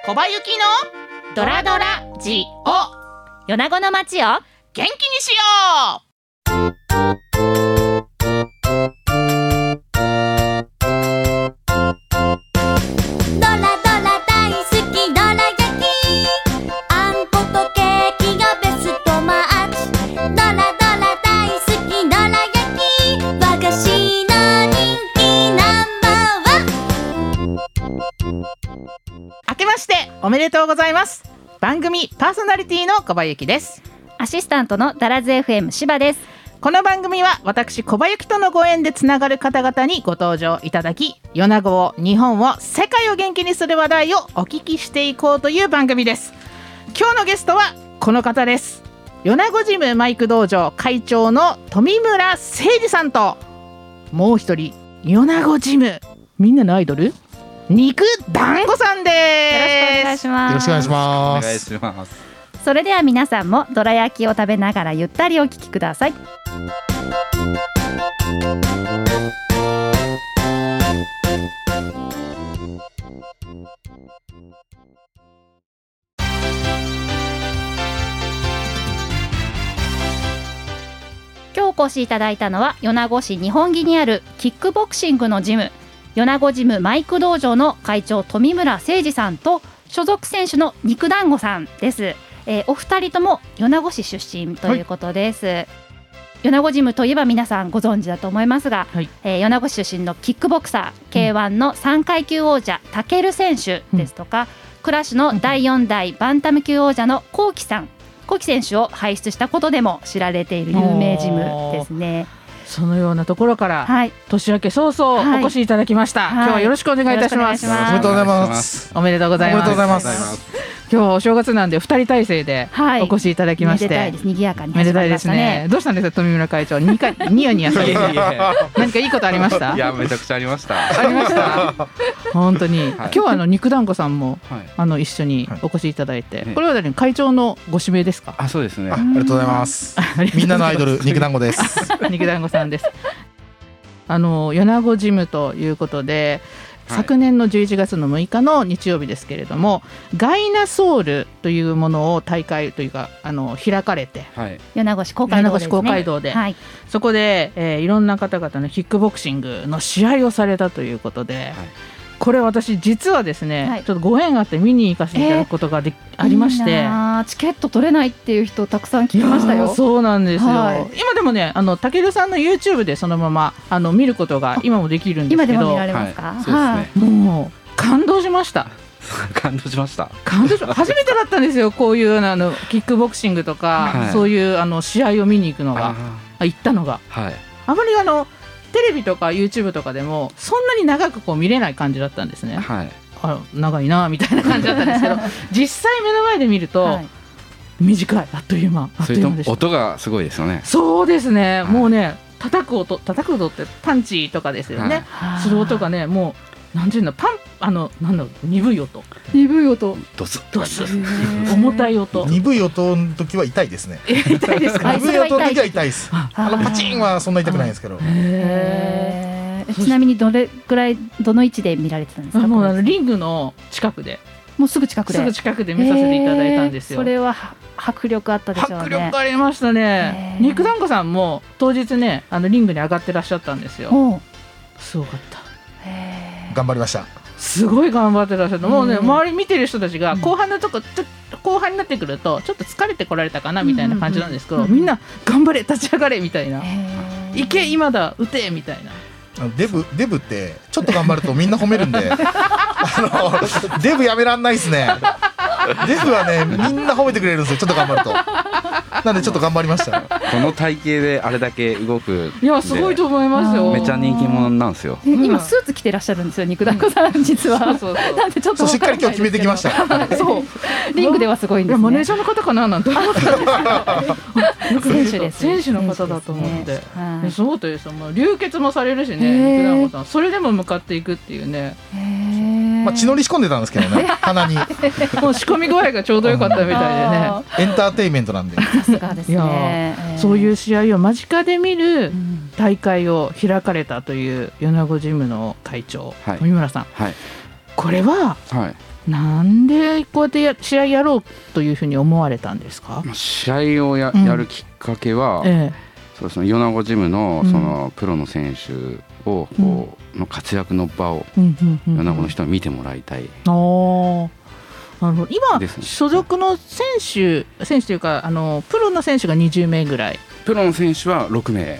小葉ゆきのドラドラジオ。 米子の街を元気にしよう。 ドラドラ大好きドラ焼き、あんことケーキがベストマッチ。ドラドラ大好きドラ焼き、和菓子の人気ナンバーワン。 明けましておめでとうございます。番組パーソナリティの小葉ゆきです。 アシスタントのダラズ FM 柴です。 この番組は私小葉ゆきとのご縁でつながる方々にご登場いただき、米子を、日本を、世界を元気にする話題をお聞きしていこうという番組です。今日のゲストはこの方です。米子ジムマイク道場会長の富村誠二さんと、もう一人米子ジムみんなのアイドル肉団子さんです。 よろしくお願いします。 よろしくお願いします。 お願いします。 それでは皆さんもどら焼きを食べながらゆったりお聞きください。今日お越しいただいたのは米子市日本木にあるキックボクシングのジム、米子ジムマイク道場の会長富村誠二さんと所属選手の肉団子さんです。お二人とも米子市出身ということです。米子ジムといえば皆さんご存知だと思いますが、米子市出身のキックボクサー、K1 の3階級王者タケル選手ですとか、倉市の第4代バンタム級王者のコウキ選手を輩出したことでも知られている有名ジムですね。 そのようなところから、年明け早々お越しいただきました。今日はよろしくお願いいたします。 おめでとうございます。 おめでとうございます。 おめでとうございます。 今日はお正月なんで2人体制でお越しいただきまして、 めでたいです。賑やかにめでたいで始まりましたすね。どうしたんですか富村会長、ニヤニヤされて何かいいことありました？ いや、めちゃくちゃありました。 ありました本当に、今日は肉団子さんも、一緒にお越しいただいて、これは会長のご指名ですか？ あ、そうですね。 ありがとうございます。みんなのアイドル肉団子です。 肉団子さんです。米子ジムということで、昨年の11月の6日の日曜日ですけれども、ガイナソウルというものを大会というか開かれて、 米子市公会堂で、 そこで、いろんな方々のキックボクシングの試合をされたということで、これ私実はですね、ちょっとご縁があって見に行かせていただくことがありまして、 チケット取れないっていう人たくさん聞きましたよ。 そうなんですよ、今でもねたけるさんの YouTube でそのまま見ることが今もできるんですけど、 今でも見られますか？ そうですね。 もう感動しました。 感動しました。 初めてだったんですよこういうキックボクシングとか、そういう試合を見に行くのが行ったのが、あまりテレビとか YouTube とかでもそんなに長く見れない感じだったんですね。長いなみたいな感じだったんですけど実際目の前で見ると、短い、あっという間でした。 音がすごいですよね。 そうですね、もうね叩く音ってパンチとかですよね、する音がね、もうなんていうの、なんだろう、鈍い音ドス重たい音。 鈍い音の時は痛いですね。 痛いですか？ 鈍い音の時は痛いです。パチンはそんな痛くないんですけど。 ちなみにどれぐらい、どの位置で見られてたんですか？ もうリングの近くで、 もうすぐ近くで見させていただいたんですよ。 それは迫力あったでしょうね。 迫力ありましたね。肉団子さんも当日ねリングに上がってらっしゃったんですよ。すごかった。 頑張りました。 すごい頑張ってらっしゃった。もうね、周り見てる人たちが後半のとこ、後半になってくるとちょっと疲れてこられたかなみたいな感じなんですけど、みんな頑張れ、立ち上がれみたいな、いけ今だ、打てみたいな。 デブってちょっと頑張るとみんな褒めるんでデブやめらんないですね。デブはねみんな褒めてくれるんですよ、ちょっと頑張ると。なんでちょっと頑張りました。 この体型であれだけ動く、 いやすごいと思いますよ。 めっちゃ人気者なんですよ。 今スーツ着てらっしゃるんですよ、肉団子さん実は。なんでちょっとしっかり今日決めてきました。 そうリングではすごいんですね。 マネージャーの方かななんて思ったんですけど選手です。 選手の方だと思って、そうです。もう流血もされるしね、肉団子さんそれでも向かっていくっていうね。 血のり仕込んでたんですけどね、鼻に。 もう仕込み具合がちょうどよかったみたいでね。 エンターテインメントなんで。 さすがですね。 そういう試合を間近で見る大会を開かれたという米子ジムの会長、富村さん、これはなんでこうやって試合やろうというふうに思われたんですか？ 試合をやるきっかけは、そうですね、米子ジムのそのプロの選手をこうの活躍の場を米子の人に見てもらいたい。 なるほど。今、ね、所属の選手というかプロの選手が20名ぐらい。 プロの選手は6名。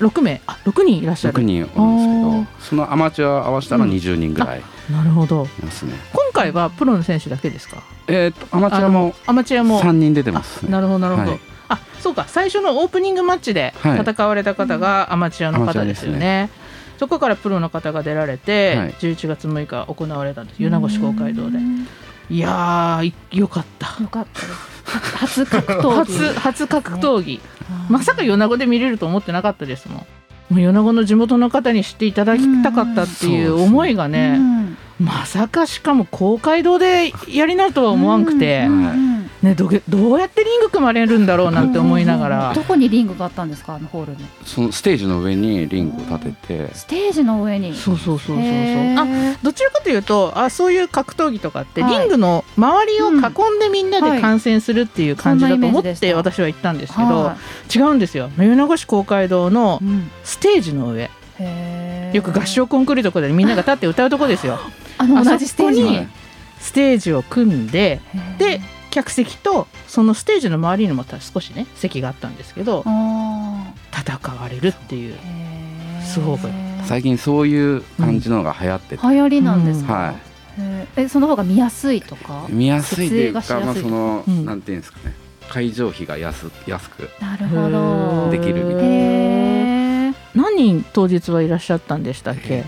6人いらっしゃる。 6人いるんですけど、そのアマチュア合わせたら20人ぐらい、 なるほど。 ますね。 今回はプロの選手だけですか？ アマチュアも3人出てます、ね。 なるほどなるほど。はい、そうか、最初のオープニングマッチで戦われた方がアマチュアの方ですよね。そこからプロの方が出られて、11月6日行われたんです。米子市公会堂で。いやー、よかった初格闘技初格闘技、まさか米子で見れると思ってなかったですもん。もう米子の地元の方に知っていただきたかったっていう思いがね、まさかしかも公会堂でやりなるとは思わんくて、ね、どうやってリング組まれるんだろうなんて思いながら。 どこにリングがあったんですか？ホールに。 そのステージの上にリングを立てて。 ステージの上に。 そうどちらかというとそういう格闘技とかってリングの周りを囲んでみんなで観戦するっていう感じだと思って私は行ったんですけど、違うんですよ。米子市公会堂のステージの上、よく合唱コンクールとかでみんなが立って歌うとこですよ。 同じステージにステージを組んで、で客席とそのステージの周りにも少しね席があったんですけど、戦われるっていう、すごく最近そういう感じのが流行ってて、 流行りなんですか？その方が見やすいとか。 見やすいというか、そのなんていうんですかね、会場費が安くなるほどできるみたいな。 何人当日はいらっしゃったんでしたっけ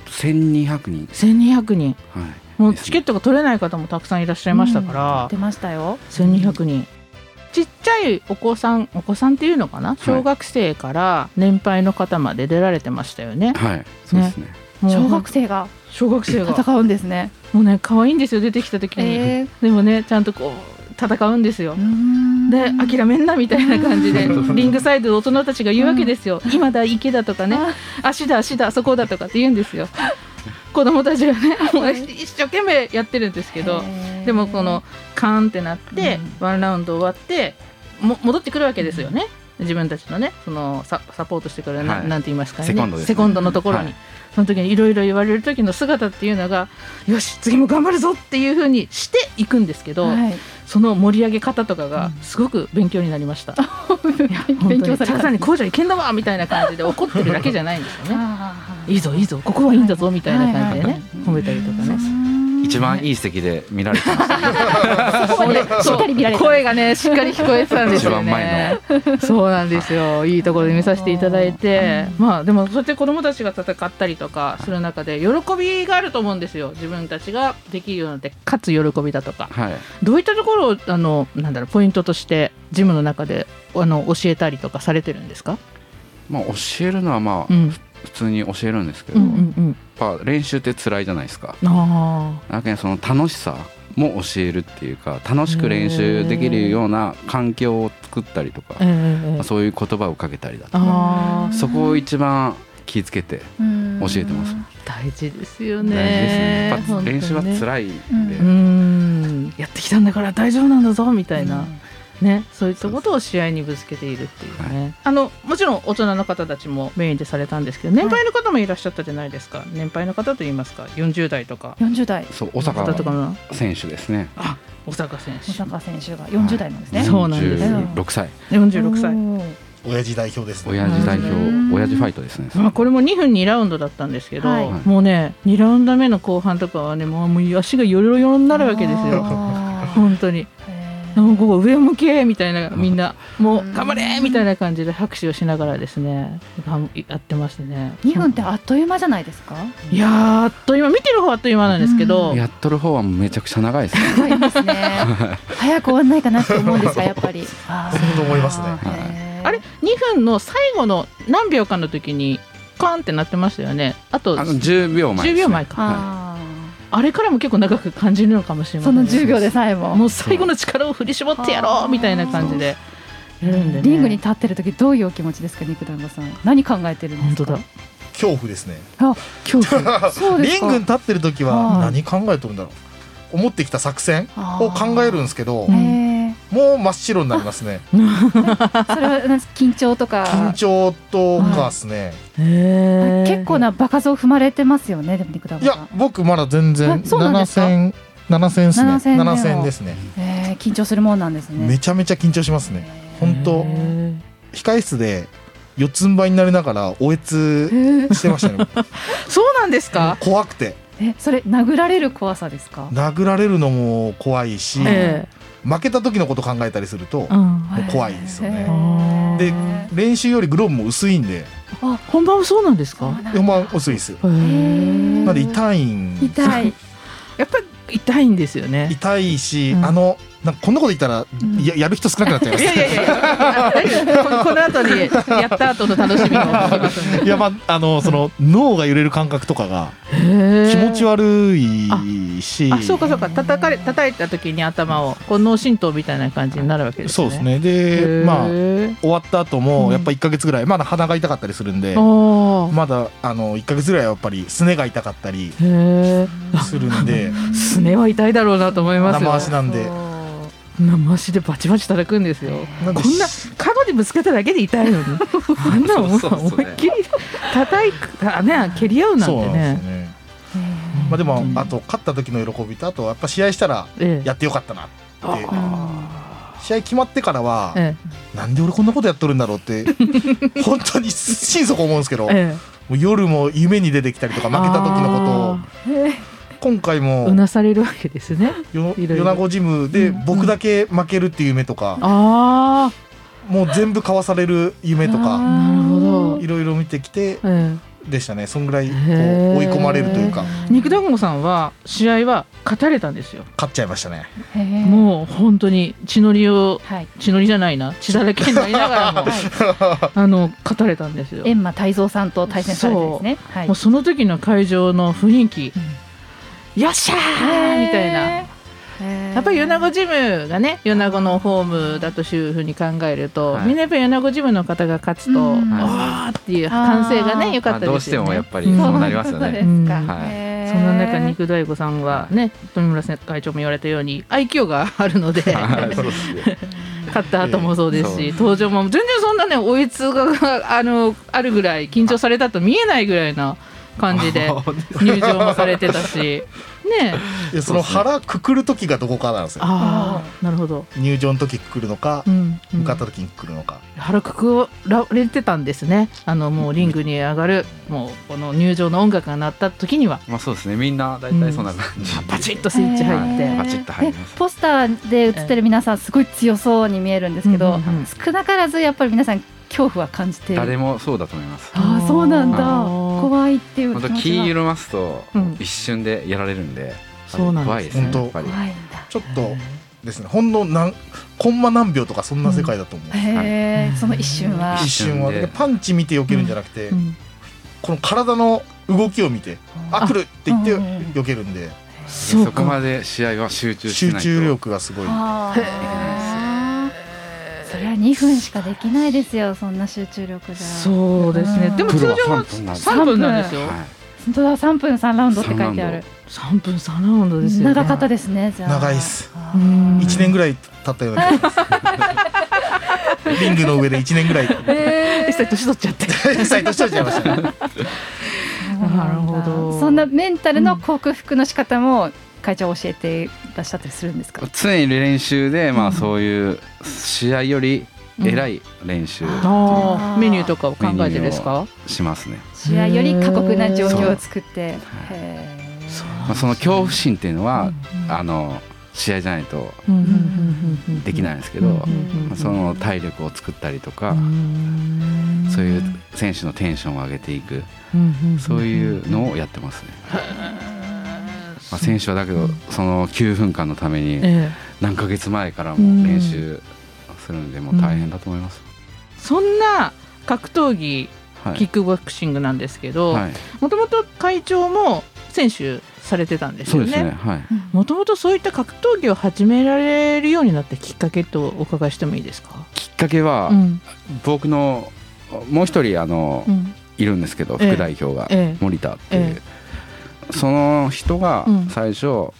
？1200人。 1200人、もうチケットが取れない方もたくさんいらっしゃいましたから、 出ましたよ。 1200人。ちっちゃいお子さんっていうのかな、小学生から年配の方まで出られてましたよね。 はい、そうですね。 小学生が戦うんですね。 もうね、可愛いんですよ、出てきた時に。でもね、ちゃんとこう戦うんですよ。で、諦めんなみたいな感じでリングサイドで大人たちが言うわけですよ。今だ、池だとかね、足だそこだとかって言うんですよ。子供たちがね、一生懸命やってるんですけど、でもこのカーンってなってワンラウンド終わって戻ってくるわけですよね。自分たちのね、そのサポートしてくれる、なんて言いますかね、セコンドのところに、その時にいろいろ言われる時の姿っていうのが、よし次も頑張るぞっていう風にしていくんですけど、その盛り上げ方とかがすごく勉強になりました。勉強された。ただにこうじゃいけんだわみたいな感じで怒ってるだけじゃないんですよね。いいぞここはいいんだぞみたいな感じでね、褒めたりとかね。 一番いい席で見られてましたね。 しっかり見られて、 声がねしっかり聞こえてたんですよね。そうなんですよ。いいところで見させていただいて、まあでもそうやって子どもたちが戦ったりとかする中で喜びがあると思うんですよ。自分たちができるようになって勝つ喜びだとか、どういったところをポイントとしてジムの中で教えたりとかされてるんですか？ まあ教えるのは普通に教えるんですけど、やっぱ練習って辛いじゃないですか。だけどその楽しさも教えるっていうか、楽しく練習できるような環境を作ったりとか、そういう言葉をかけたりだとか、そこを一番気をつけて教えてます。 大事ですよね。 大事ですね。やっぱ練習は辛いんで、やってきたんだから大丈夫なんだぞみたいな。ね、そういったことを試合にぶつけているっていうね。もちろん大人の方たちもメインでされたんですけど、年配の方もいらっしゃったじゃないですか。年配の方といいますか、40代とか。 40代。 そう、小坂選手ですね。 小坂選手が40代なんですね。 そうなんです。 46歳。 46歳。 親父代表ですね。 親父代表、親父ファイトですね。 これも2分2ラウンドだったんですけど、もうね2ラウンド目の後半とかはね、もう足がヨロヨロになるわけですよ。本当に。もうここ上を向けみたいな、みんなもう頑張れみたいな感じで拍手をしながらですねやってましたね。 2分ってあっという間じゃないですか？ いやあっという間、見てる方はあっという間なんですけど、 やっとる方はめちゃくちゃ長いですね。 長いですね。早く終わんないかなって思うんですか、やっぱり。 そう思いますね。 あれ2分の最後の何秒間の時にカーンってなってましたよね。あと 10秒前ですね。 10秒前か。あれからも結構長く感じるのかもしれません。 その10秒でさえももう最後の力を振り絞ってやろうみたいな感じでやるんでね。 リングに立ってる時どういうお気持ちですか、肉団子さん。何考えてるんですか？ 本当だ、 恐怖ですね。 恐怖。 リングに立ってる時は何考えとるんだろう。 思ってきた作戦を考えるんですけど、もう真っ白になりますね。 それは緊張とか緊張とかですね、 結構な場数を踏まれてますよね。でも肉団子さん。 いや僕まだ全然7戦ですね。7戦ですね。 緊張するもんなんですね。 めちゃめちゃ緊張しますね。本当控室で四つん這いになりながらおえつしてましたね。 そうなんですか。 怖くて。 それ殴られる怖さですか。 殴られるのも怖いし、負けた時のこと考えたりするともう怖いですよね。で練習よりグローブも薄いんで。 本番はそうなんですか。 本番薄いです。なんで痛いんですよ。 やっぱり痛いんですよね。 痛いし、なんかこんなこと言ったら、やる人少なくなっちゃいます。 この後にやった後の楽しみも。 いやその脳が揺れる感覚とかが気持ち悪いし。 そうか叩いた時に頭をこう脳震盪みたいな感じになるわけですね。 そうですね。で終わった後もやっぱ1ヶ月ぐらいまだ鼻が痛かったりするんで、まだ1ヶ月ぐらいはやっぱりすねが痛かったりするんで。 すねは痛いだろうなと思いますよ。 生足なんで。 生足でバチバチ叩くんですよ。こんな角にぶつけただけで痛いのに、あんな思いっきり叩いたね、蹴り合うなんてね。 でもあと勝った時の喜びと、あとやっぱ試合したらやってよかったなって。試合決まってからはなんで俺こんなことやっとるんだろうって本当に心底思うんですけど、夜も夢に出てきたりとか負けた時のことを。今回もうなされるわけですね。 米子ジムで僕だけ負けるっていう夢とか、もう全部かわされる夢とかいろいろ見てきてでしたね。そんぐらいこう追い込まれるというか。 肉団子さんは試合は勝たれたんですよ。 勝っちゃいましたね。 もう本当に血のりじゃないな、血だらけになりながらも勝たれたんですよ。 閻魔泰造さんと対戦されてですね。 もうその時の会場の雰囲気、よっしゃーみたいな。やっぱり米子ジムがね、米子のホームだというふうに考えると、みんなやっぱり米子ジムの方が勝つと、おーっていう歓声がね、良かったですよね。 どうしてもやっぱりそうなりますよね。 そんな中、肉大悟さんはね、富村会長も言われたように愛嬌があるので勝った後もそうですし、登場も全然そんなね、おいつがあるぐらい緊張されたと見えないぐらいな感じで入場もされてたしね。 その腹くくる時がどこかなんですよ。 なるほど。 入場の時くくるのか、向かった時にくくるのか。 腹くくられてたんですね。もうリングに上がる、もうこの入場の音楽が鳴った時には、 そうですね。みんな大体そんな感じ。 パチッとスイッチ入ってパチッと入ります。 ポスターで映ってる皆さんすごい強そうに見えるんですけど、少なからずやっぱり皆さん恐怖は感じてる。 誰もそうだと思います。 そうなんだ。怖いっていう気持ちが。 本当気緩ますと一瞬でやられるんで、怖いですね。やっぱりちょっとですね。ほんのコンマ何秒とかそんな世界だと思う。 その一瞬はパンチ見て避けるんじゃなくて、この体の動きを見て、来るって言って避けるんで、 そこまで試合は集中しないと。 集中力がすごい。 それは2分しかできないですよ。そんな集中力じゃ。 そうですね。でも通常は3分なんですよ。 本当だ、3分3ラウンドって書いてある。 3分3ラウンドですよね。 長かったですね。じゃあ長いっす。1年ぐらい経ったようなリングの上で1年ぐらい一歳年取っちゃって一歳年取っちゃいましたね。 なるほど。 そんなメンタルの克服の仕方も会長教えていらっしゃったりするんですか。 常に練習で、そういう試合より偉い練習、 メニューとかを考えてですか。 しますね。 試合より過酷な状況を作って、 その恐怖心っていうのは試合じゃないとできないんですけど、その体力を作ったりとか、そういう選手のテンションを上げていく、そういうのをやってますね。選手はだけどその9分間のために何ヶ月前からも練習するんで、もう大変だと思います。 そんな格闘技、キックボクシングなんですけど、もともと会長も選手されてたんですよね。もともとそういった格闘技を始められるようになったきっかけとお伺いしてもいいですか。 きっかけは、僕のもう一人いるんですけど、副代表が森田っていう、その人が最初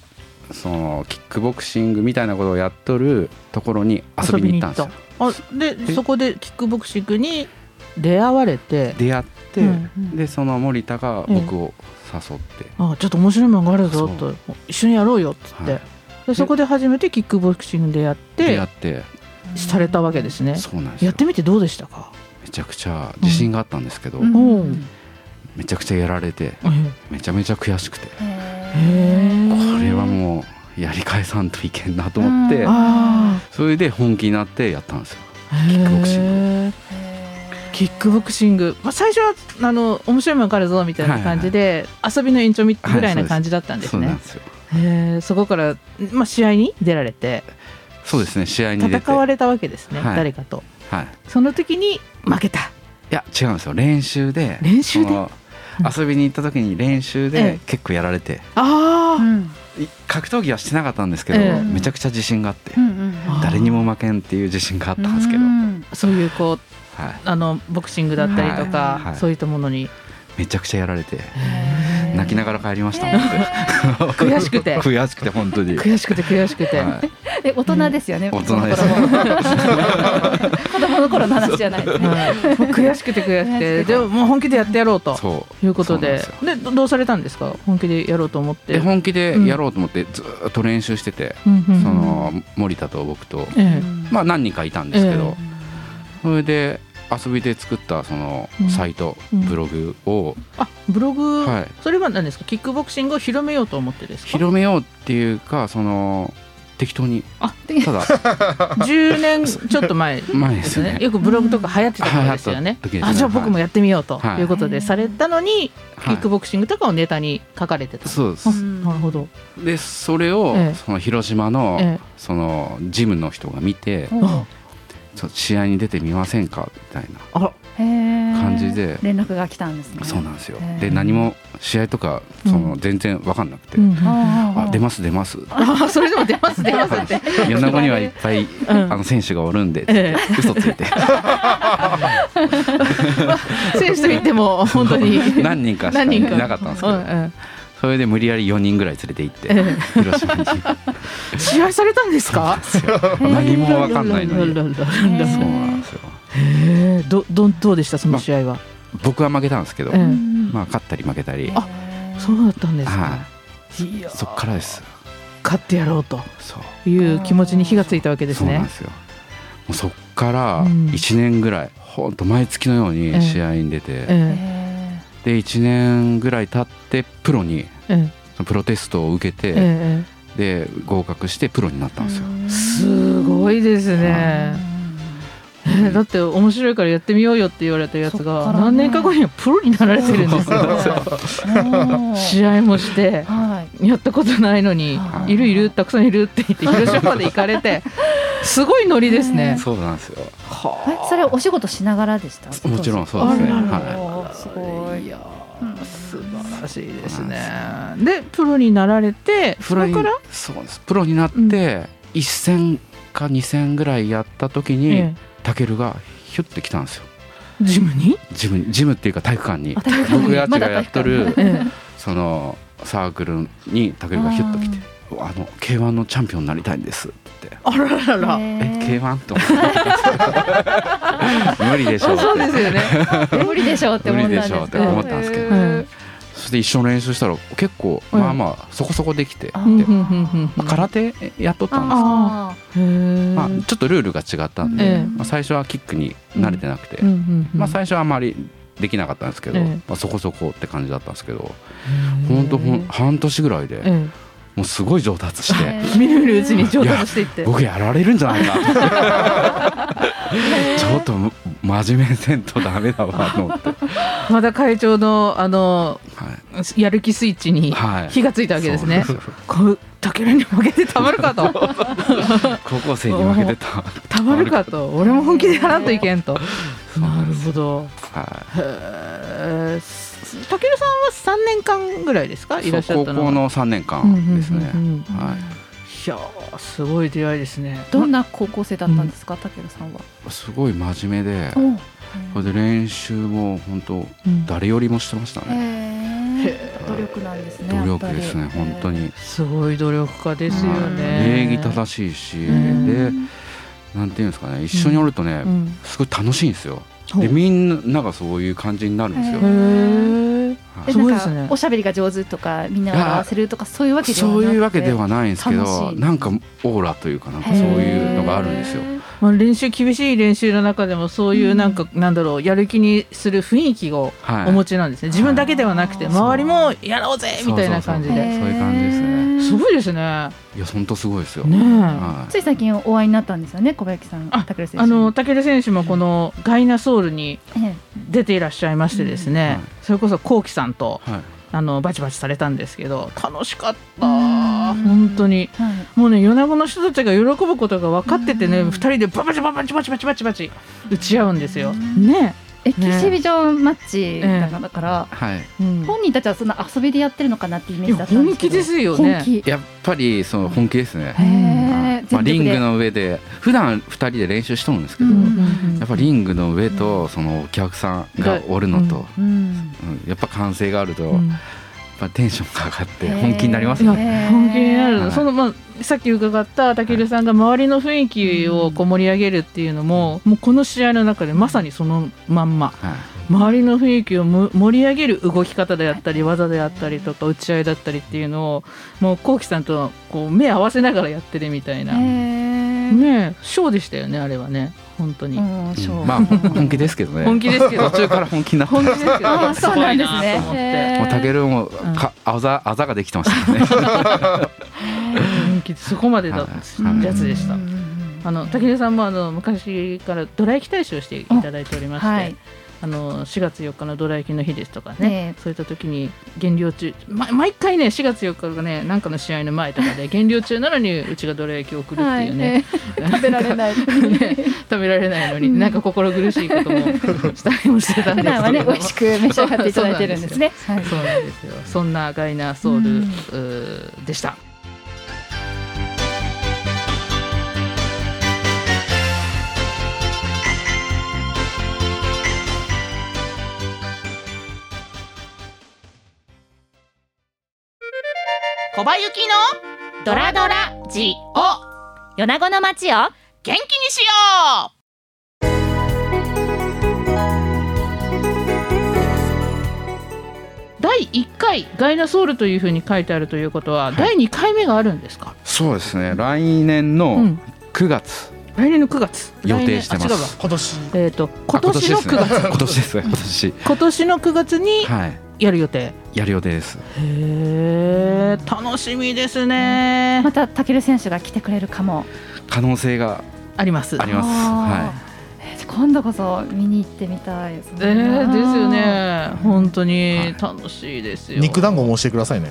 そのキックボクシングみたいなことをやっとるところに遊びに行ったんですよ。 でそこでキックボクシングに出会われて、 出会って、でその森田が僕を誘って、 ちょっと面白いものがあるぞと、一緒にやろうよっつって、でそこで初めてキックボクシングでやってされたわけですね。 そうなんですよ。 やってみてどうでしたか？ めちゃくちゃ自信があったんですけど、めちゃくちゃやられて、めちゃめちゃ悔しくて、これはもうやり返さんといけんなと思って、それで本気になってやったんですよ、キックボクシング。 キックボクシング、最初は面白いものがあるぞみたいな感じで、遊びの延長ぐらいな感じだったんですね。 そうなんですよ。 そこから、試合に出られて、 そうですね、試合に出て戦われたわけですね、誰かと。その時に負けた。 いや違うんですよ、練習で遊びに行った時に練習で結構やられて、格闘技はしてなかったんですけど、めちゃくちゃ自信があって、誰にも負けんっていう自信があったんですけど、 そういうボクシングだったりとか、そういったものにめちゃくちゃやられて、泣きながら帰りました。 悔しくて悔しくて本当に悔しくて、 大人ですよね。 大人です。 子供の頃の話じゃないですね。 悔しくて、でももう本気でやってやろうということで、どうされたんですか？本気でやろうと思って。 本気でやろうと思ってずっと練習してて、その森田と僕と何人かいたんですけど、それで遊びで作ったそのサイト、ブログを、 ブログ、それは何ですか？キックボクシングを広めようと思ってですか？ 広めようっていうか、その適当に、ただ 10年ちょっと前ですね。よくブログとか流行ってた頃ですよね。じゃあ僕もやってみようということでされたのに、キックボクシングとかをネタに書かれてた。 そうです。 なるほど。 でそれをその広島のそのジムの人が見て、試合に出てみませんかみたいな感じで連絡が来たんですね。 そうなんですよ。で何も試合とかその全然分かんなくて、出ますそれでも出ますって米子にはいっぱい選手がおるんで嘘ついて、 選手といっても本当に何人かしかいなかったんですけど、それで無理やり4人ぐらい連れて行って広島に試合されたんですか？ 何も分かんないのに。そうなんですよ。 どうでしたその試合は？ 僕は負けたんですけど、勝ったり負けたり。 そうだったんですか。 そっからです。 勝ってやろうという気持ちに火がついたわけですね。 そうなんですよ。もうそっから1年ぐらい本当毎月のように試合に出て、で1年ぐらい経ってプロにプロテストを受けて、で合格してプロになったんですよ。 すごいですね。だって面白いからやってみようよって言われたやつが何年か後にはプロになられてるんですよ。試合もしてやったことないのに、いるたくさんいるって言って広島まで行かれて、すごいノリですね。 そうなんですよ。 それお仕事しながらでした？ もちろんそうですね。 すごい。 素晴らしいですね。でプロになられて、そこからそうです。プロになって1戦か2戦ぐらいやった時にタケルがヒュッて来たんですよ。 ジムに？ ジムっていうか体育館に、僕たちがやっとるそのサークルにタケルがヒュッと来て、K1 のチャンピオンになりたいんですって。 あららら。 K1 と思って無理でしょうって。 そうですよね。 無理でしょうって思ったんですけど。 そして一緒に練習したら結構そこそこできて、空手やっとったんです。ちょっとルールが違ったんで、最初はキックに慣れてなくて、最初はあまりできなかったんですけど、そこそこって感じだったんですけど、本当半年ぐらいでもうすごい上達して、 みるみるうちに上達していって、 僕やられるんじゃないかとちょっと真面目せんとダメだわと思って、 まだ会長のやる気スイッチに火がついたわけですね。タケルに負けてたまるかと高校生に負けてたまるかと、俺も本気でやらんといけんと。なるほど。タケルさんは3年間ぐらいですか、いらっしゃったのは？ 高校の3年間ですね。 いやすごい出会いですね。 どんな高校生だったんですか、タケルさんは？ すごい真面目で、それで練習も本当誰よりもしてましたね。 努力なんですね。 努力ですね、本当にすごい努力家ですよね。 礼儀正しいし、でなんていうんですかね、一緒におるとね、すごい楽しいんですよ。でみんながそういう感じになるんですよ。 すごいですね。 おしゃべりが上手とかみんなを笑わせるとかそういうわけではなくて、 そういうわけではないんですけど、なんかオーラというかなんかそういうのがあるんですよ。 練習厳しい練習の中でもそういうなんかなんだろう、やる気にする雰囲気をお持ちなんですね。自分だけではなくて周りもやろうぜみたいな感じで。 そういう感じですね。 すごいですね。 いや本当すごいですよ。 つい最近お会いになったんですよね、小林さん。武選手。 武選手もこのガイナソウルに出ていらっしゃいましてですね、それこそコウキさんとバチバチされたんですけど、楽しかった本当に。もうね、米子の人たちが喜ぶことが分かっててね、2人でバチバチバチバチバチバチ打ち合うんですよね。 エキシビジョンマッチだから、本人たちはそんな遊びでやってるのかなってイメージだったんですけど、 本気ですよね。 やっぱりその本気ですね。リングの上で普段2人で練習しとるんですけど、やっぱリングの上とそのお客さんがおるのと、やっぱ歓声があると、やっぱテンションが上がって本気になりますよね。 本気になる。そのさっき伺った武さんが周りの雰囲気をこう盛り上げるっていうのも、もうこの試合の中でまさにそのまんま、周りの雰囲気を盛り上げる動き方であったり技であったりとか打ち合いだったりっていうのをもうコウキさんとこう目合わせながらやってるみたいなね、ショーでしたよね、あれはね。本当にまあ本気ですけどね。 本気ですけど途中から本気になって、本気ですけど、そうなんですね。 もうタケルもあざができてましたね。 本気でそこまでだやつでした。武尊さんも昔からどら焼き大使をしていただいておりまして、4月4日のどら焼きの日ですとかね、そういった時に減量中、毎回ね4月4日がねなんかの試合の前とかで減量中なのにうちがどら焼きを送るっていうね、 食べられない食べられないのになんか心苦しいこともしたりもしてたんですけど、 普段はね美味しく召し上がっていただいてるんですね。 そうなんですよ。そんなガイナーソウルでした。小林幸のドラドラジオ、米子の街を元気にしよう。第1回ガイナソウルというふうに書いてあるということは、第2回目があるんですか？ そうですね、来年の9月、 来年の9月予定してます。 今年の9月今年ですね。 今年の9月にやる予定、 です。 へー、楽しみですね。 また武選手が来てくれるかも、 可能性があります。 今度こそ見に行ってみたいですですよね。本当に楽しいですよ。 肉団子も押してくださいね。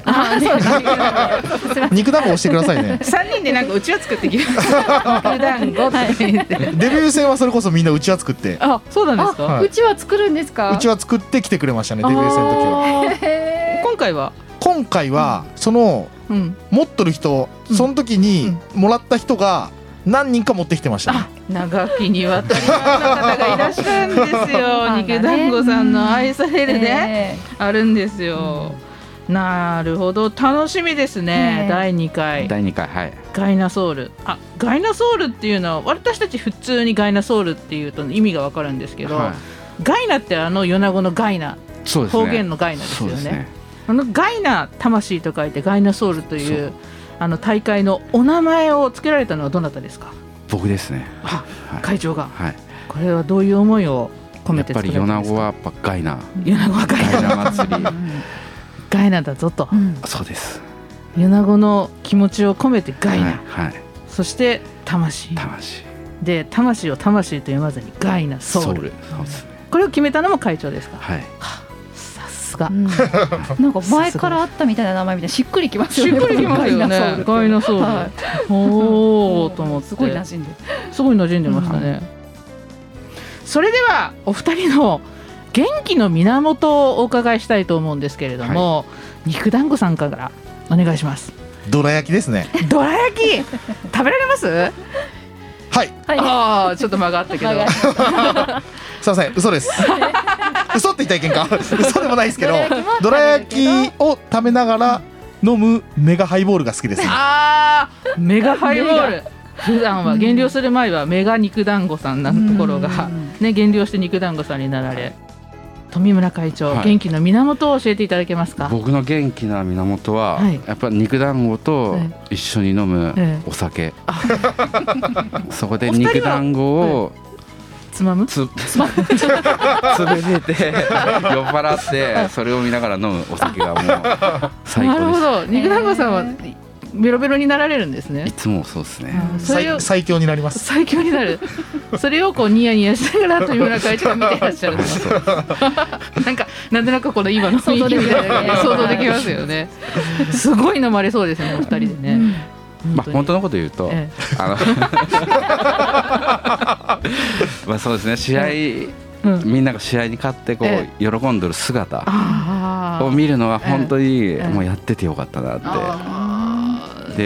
肉団子押してくださいね。 3人でなんかうちわ作ってきます。肉団子って言って。デビュー戦はそれこそみんなうちわ作って。 あ、そうなんですか。 うちわ作るんですか。 うちわ作って来てくれましたね、デビュー戦の時は。今回はその持っとる人、その時にもらった人が何人か持ってきてましたね。 長きにわたりの方がいらっしゃるんですよ。肉団子さんの愛されるね、あるんですよ。なるほど、楽しみですね。第2回ガイナソウル。ガイナソウルっていうのは私たち普通にガイナソウルっていうと意味がわかるんですけど、ガイナって米子のガイナ、方言のガイナですよね。ガイナ、魂と書いてガイナソウルという大会のお名前を付けられたのはどなたですか？ 僕ですね。 会長が。これはどういう思いを込めて作られたんですか？ やっぱり米子はやっぱガイナ、 米子はガイナ祭りガイナだぞと。 そうです。 米子の気持ちを込めてガイナ、そして魂で、魂を魂と読まずにガイナソウル。これを決めたのも会長ですか？さすが。 なんか前からあったみたいな名前みたいな、しっくりきますよね。 しっくりきますよね。ガイナソウル。おおと思って、 すごい馴染んでましたね。それではお二人の元気の源をお伺いしたいと思うんですけれども、肉団子さんからお願いします。 どら焼きですね。 どら焼き食べられます？ はい。 ちょっと間があったけど。 すいません、嘘です。 嘘って言ったらいけんか嘘でもないですけど、どら焼きを食べながら飲むメガハイボールが好きですね。 メガハイボール、普段は減量する前はメガ肉団子さんなところが、ね、減量して肉団子さんになられ、富村会長、はい、元気の源を教えていただけますか。 僕の元気な源は、はい、やっぱり肉団子と一緒に飲むお酒、そこで肉団子をつまむ潰れて酔っ払ってそれを見ながら飲むお酒がもう最高です。 なるほど、肉団子さんはベロベロになられるんですね。 いつもそうですね。 最強になります。 最強になる。それをこうニヤニヤしながら富村会長が見ていらっしゃるなんとなくこの今の雰囲気で想像できますよね。すごい飲まれそうですね、お二人でね。 本当のこと言うと、そうですね、試合、みんなが試合に勝ってこう喜んでる姿を見るのは本当にもうやっててよかったなって、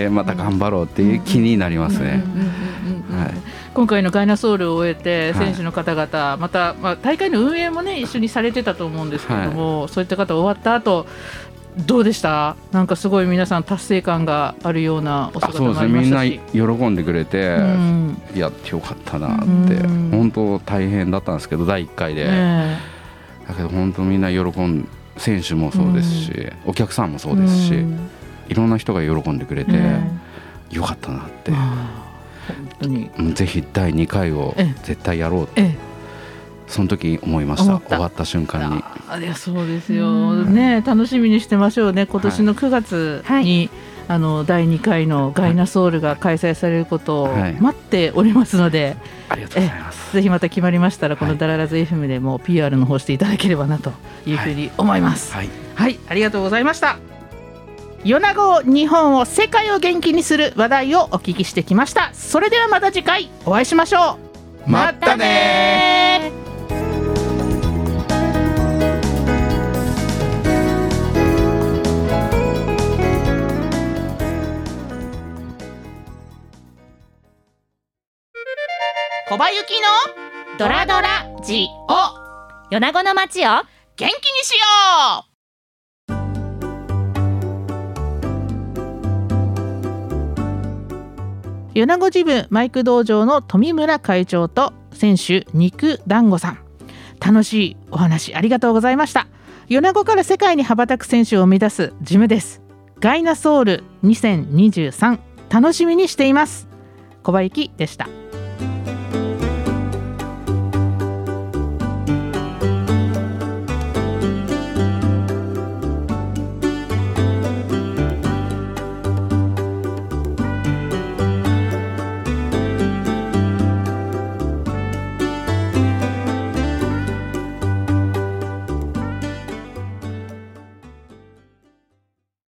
でまた頑張ろうっていう気になりますね。 今回のガイナソウルを終えて選手の方々、また、大会の運営もね一緒にされてたと思うんですけれども、そういった方終わった後どうでした？なんかすごい皆さん達成感があるようなお姿もありましたし。 そうですね、みんな喜んでくれて、やってよかったなって、本当大変だったんですけど第1回で、だけど本当みんな選手もそうですし、お客さんもそうですし、いろんな人が喜んでくれて、よかったなって、本当にぜひ第2回を絶対やろうって、その時思いました。終わった瞬間に。 いやそうですよね、楽しみにしてましょうね。今年の9月に、第2回のガイナソウルが開催されることを待っておりますので、 ありがとうございます。 ぜひまた決まりましたらこのダララズ FM でも PR の方していただければなというふうに思います。はい、ありがとうございました。米子日本を世界を元気にする話題をお聞きしてきました。それではまた次回お会いしましょう。 またね。 小葉ゆきのドラドラジオ、米子の街を元気にしよう。米子ジムマイク道場の富村会長と選手肉団子さん、楽しいお話ありがとうございました。米子から世界に羽ばたく選手を生み出すジムです。ガイナソウル2023、楽しみにしています。小葉ゆきでした。